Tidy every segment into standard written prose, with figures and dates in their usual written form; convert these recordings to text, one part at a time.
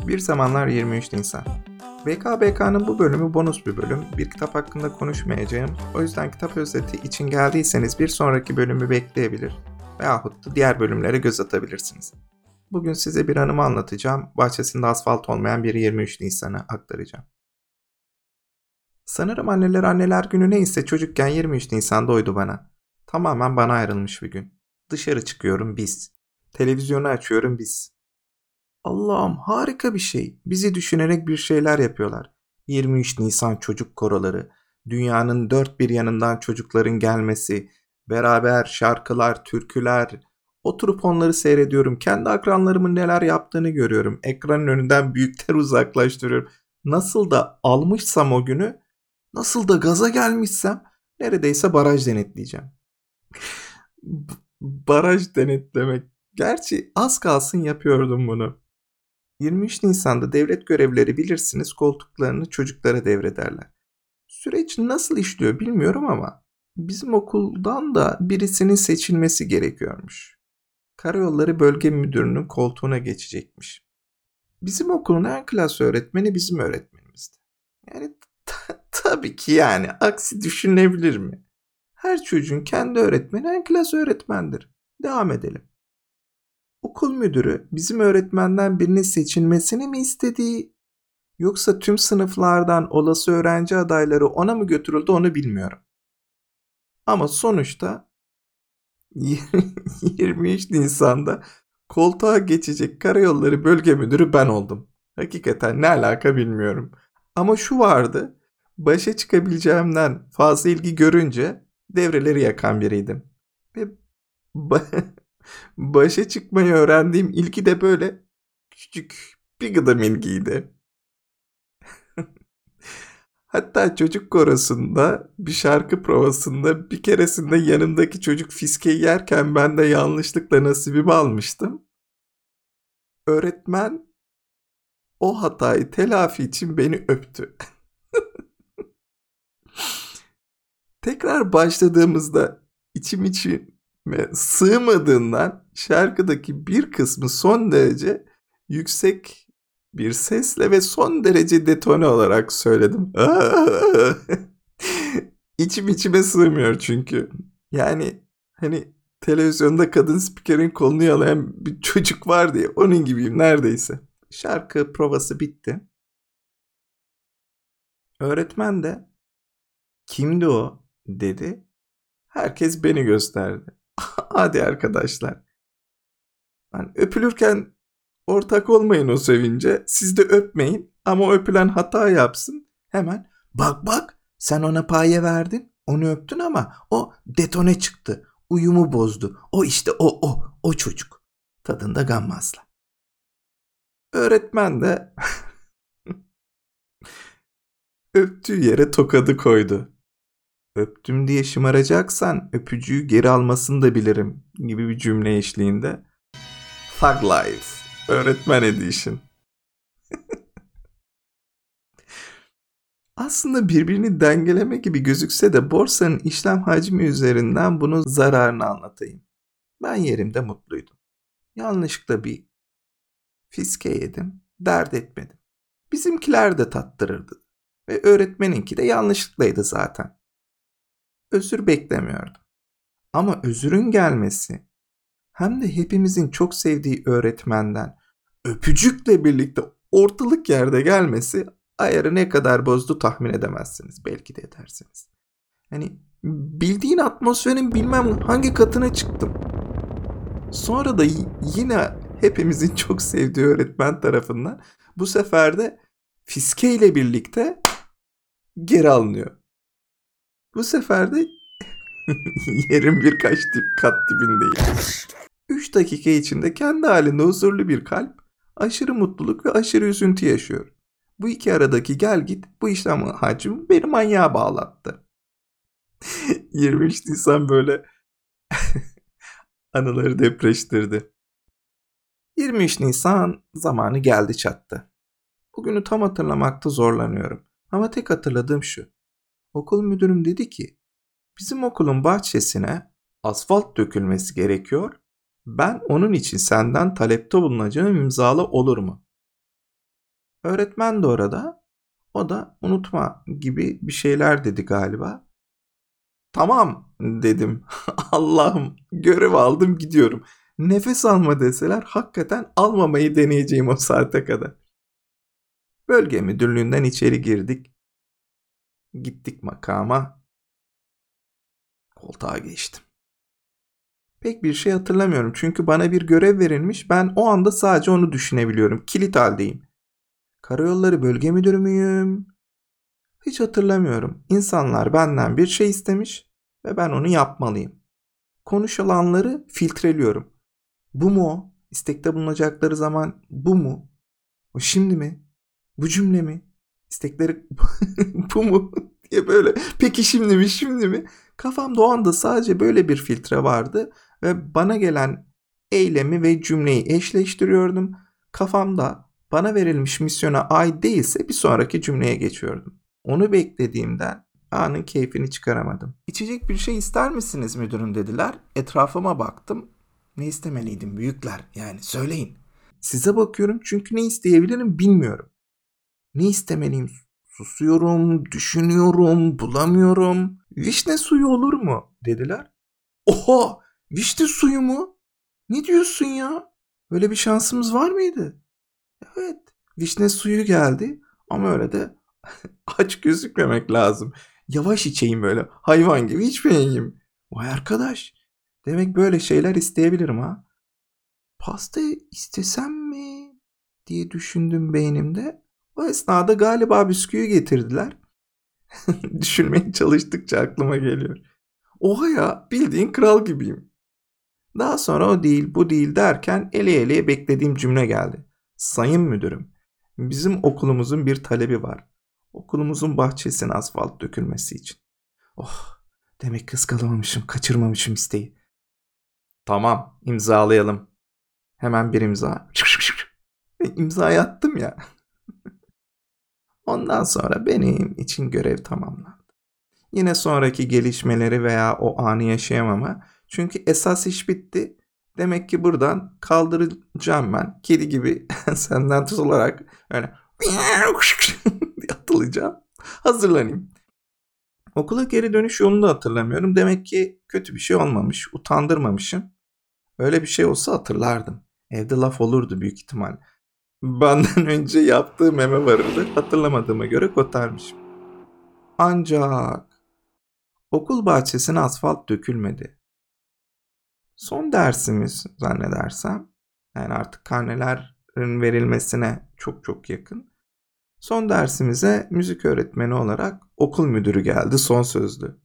Bir zamanlar 23 Nisan. BKBK'nın bu bölümü bonus bir bölüm. Bir kitap hakkında konuşmayacağım. O yüzden kitap özeti için geldiyseniz bir sonraki bölümü bekleyebilir veyahut da diğer bölümlere göz atabilirsiniz. Bugün size bir anımı anlatacağım. Bahçesinde asfalt olmayan bir 23 Nisan'ı aktaracağım. Sanırım anneler günü neyse çocukken 23 Nisan'da oydu bana. Tamamen bana ayrılmış bir gün. Dışarı çıkıyorum biz. Televizyonu açıyorum biz. Allah'ım harika bir şey. Bizi düşünerek bir şeyler yapıyorlar. 23 Nisan çocuk koroları, dünyanın dört bir yanından çocukların gelmesi, beraber şarkılar, türküler. Oturup onları seyrediyorum. Kendi akranlarımın neler yaptığını görüyorum. Ekranın önünden büyükler uzaklaştırıyorum. Nasıl da almışsam o günü, nasıl da gaza gelmişsem neredeyse baraj denetleyeceğim. Baraj denetlemek. Gerçi az kalsın yapıyordum bunu. 23 Nisan'da devlet görevlileri bilirsiniz koltuklarını çocuklara devrederler. Süreç nasıl işliyor bilmiyorum ama bizim okuldan da birisinin seçilmesi gerekiyormuş. Karayolları Bölge Müdürü'nün koltuğuna geçecekmiş. Bizim okulun en klas öğretmeni bizim öğretmenimizdi. Yani tabii ki yani aksi düşünülebilir mi? Her çocuğun kendi öğretmeni en klas öğretmendir. Devam edelim. Okul müdürü bizim öğretmenden birinin seçilmesini mi istediği yoksa tüm sınıflardan olası öğrenci adayları ona mı götürüldü onu bilmiyorum. Ama sonuçta 23 Nisan'da koltuğa geçecek Karayolları Bölge Müdürü ben oldum. Hakikaten ne alaka bilmiyorum. Ama şu vardı, başa çıkabileceğimden fazla ilgi görünce devreleri yakan biriydim. Ve başa çıkmayı öğrendiğim ilgi de böyle küçük bir gıdım ilgiydi. Hatta çocuk korosunda bir şarkı provasında bir keresinde yanımdaki çocuk fiskeyi yerken ben de yanlışlıkla nasibimi almıştım. Öğretmen o hatayı telafi için beni öptü. Tekrar başladığımızda içime sığmadığından şarkıdaki bir kısmı son derece yüksek bir sesle ve son derece detone olarak söyledim. İçime sığmıyor çünkü. Yani hani televizyonda kadın spikerin kolunu yalayan bir çocuk var diye onun gibiyim neredeyse. Şarkı provası bitti. Öğretmen de kimdi o dedi. Herkes beni gösterdi. Hadi arkadaşlar. Ben öpülürken ortak olmayın o sevince. Siz de öpmeyin ama öpülen hata yapsın. Hemen bak sen ona paye verdin. Onu öptün ama o detone çıktı. Uyumu bozdu. O işte o çocuk. Tadında gammazla. Öğretmen de öptüğü yere tokadı koydu. Öptüm diye şımaracaksan öpücüğü geri almasını da bilirim gibi bir cümle eşliğinde. Thug Life. Öğretmen Edition. Aslında birbirini dengeleme gibi gözükse de borsanın işlem hacmi üzerinden bunun zararını anlatayım. Ben yerimde mutluydum. Yanlışlıkla bir fiske yedim, dert etmedim. Bizimkiler de tattırırdı. Ve öğretmeninki de yanlışlıklaydı zaten. Özür beklemiyordum. Ama özürün gelmesi hem de hepimizin çok sevdiği öğretmenden öpücükle birlikte ortalık yerde gelmesi ayarı ne kadar bozdu tahmin edemezsiniz. Belki de edersiniz. Hani bildiğin atmosferin bilmem hangi katına çıktım. Sonra da yine hepimizin çok sevdiği öğretmen tarafından bu sefer de fiske ile birlikte geri alınıyor. Bu sefer de yerin birkaç kat dibindeyim. 3 dakika içinde kendi halinde huzurlu bir kalp, aşırı mutluluk ve aşırı üzüntü yaşıyor. Bu iki aradaki gel git bu işlem hacmi beni manyağa bağlattı. 23 Nisan böyle anıları depreştirdi. 23 Nisan zamanı geldi çattı. Bugünü tam hatırlamakta zorlanıyorum. Ama tek hatırladığım şu. Okul müdürüm dedi ki, bizim okulun bahçesine asfalt dökülmesi gerekiyor. Ben onun için senden talepte bulunacağım imzalı olur mu? Öğretmen de orada. O da unutma gibi bir şeyler dedi galiba. Tamam dedim. Allah'ım, görev aldım, gidiyorum. Nefes alma deseler hakikaten almamayı deneyeceğim o saate kadar. Bölge müdürlüğünden içeri girdik. Gittik makama. Koltuğa geçtim. Pek bir şey hatırlamıyorum çünkü bana bir görev verilmiş. Ben o anda sadece onu düşünebiliyorum. Kilit haldeyim. Karayolları bölge müdürü müyüm? Hiç hatırlamıyorum. İnsanlar benden bir şey istemiş ve ben onu yapmalıyım. Konuşulanları filtreliyorum. Bu mu o? İstekte bulunacakları zaman bu mu? O şimdi mi? Bu cümle mi? İstekleri bu mu? diye böyle. Peki şimdi mi? Şimdi mi? Kafamda o anda sadece böyle bir filtre vardı ve bana gelen eylemi ve cümleyi eşleştiriyordum. Kafamda bana verilmiş misyona ait değilse bir sonraki cümleye geçiyordum. Onu beklediğimden anın keyfini çıkaramadım. İçecek bir şey ister misiniz müdürüm dediler. Etrafıma baktım. Ne istemeliydim büyükler, yani söyleyin. Size bakıyorum çünkü ne isteyebilirim bilmiyorum. Ne istemeliyim? Susuyorum, düşünüyorum, bulamıyorum. Vişne suyu olur mu? Dediler. Oha! Vişne suyu mu? Ne diyorsun ya? Böyle bir şansımız var mıydı? Evet. Vişne suyu geldi ama öyle de aç gözükmemek lazım. Yavaş içeyim böyle. Hayvan gibi içmeyeyim. Vay arkadaş. Demek böyle şeyler isteyebilirim ha. Pasta istesem mi diye düşündüm beynimde. O esnada galiba bisküvi getirdiler. Düşünmeye çalıştıkça aklıma geliyor. Oha ya, bildiğin kral gibiyim. Daha sonra o değil bu değil derken eleye beklediğim cümle geldi. Sayın müdürüm, bizim okulumuzun bir talebi var. Okulumuzun bahçesine asfalt dökülmesi için. Oh, demek kıskalamamışım, kaçırmamışım isteği. Tamam, imzalayalım. Hemen bir imza. İmzayı attım ya. Ondan sonra benim için görev tamamlandı. Yine sonraki gelişmeleri veya o anı yaşayamama. Çünkü esas iş bitti. Demek ki buradan kaldıracağım ben. Kedi gibi senden tutularak öyle atılacağım. Hazırlanayım. Okula geri dönüş yolunu da hatırlamıyorum. Demek ki kötü bir şey olmamış. Utandırmamışım. Öyle bir şey olsa hatırlardım. Evde laf olurdu büyük ihtimal. Benden önce yaptığı meme varırdı. Hatırlamadığıma göre kotarmışım. Ancak okul bahçesine asfalt dökülmedi. Son dersimiz zannedersem, yani artık karnelerin verilmesine çok yakın. Son dersimize müzik öğretmeni olarak okul müdürü geldi, son sözdü.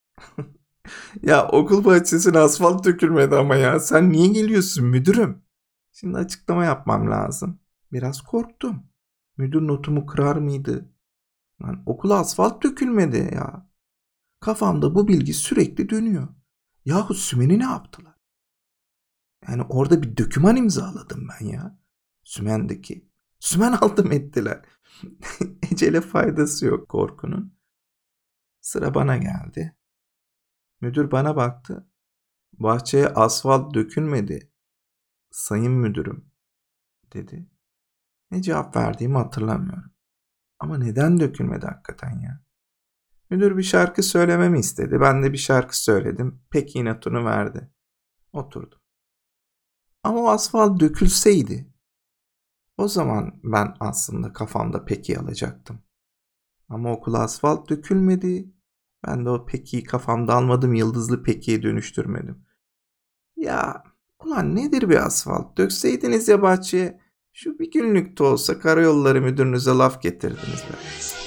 Ya okul bahçesine asfalt dökülmedi ama ya sen niye geliyorsun müdürüm? Şimdi açıklama yapmam lazım. Biraz korktum. Müdür notumu kırar mıydı? Lan okula asfalt dökülmedi ya. Kafamda bu bilgi sürekli dönüyor. Yahu Sümen'i ne yaptılar? Yani orada bir döküman imzaladım ben ya. Sümen'deki. Sümen aldım ettiler. Ecele faydası yok korkunun. Sıra bana geldi. Müdür bana baktı. Bahçeye asfalt dökülmedi. Sayın müdürüm dedi. Ne cevap verdiğimi hatırlamıyorum. Ama neden dökülmedi hakikaten ya? Müdür bir şarkı söylememi istedi. Ben de bir şarkı söyledim. Peki notunu verdi. Oturdum. Ama o asfalt dökülseydi o zaman ben aslında kafamda Peki'yi alacaktım. Ama okula asfalt dökülmedi. Ben de o Peki'yi kafamda almadım, yıldızlı Peki'ye dönüştürmedim. Ya ulan nedir bir asfalt? Dökseydiniz ya bahçeye. Şu bir günlük de olsa karayolları müdürünüze laf getirdiniz be.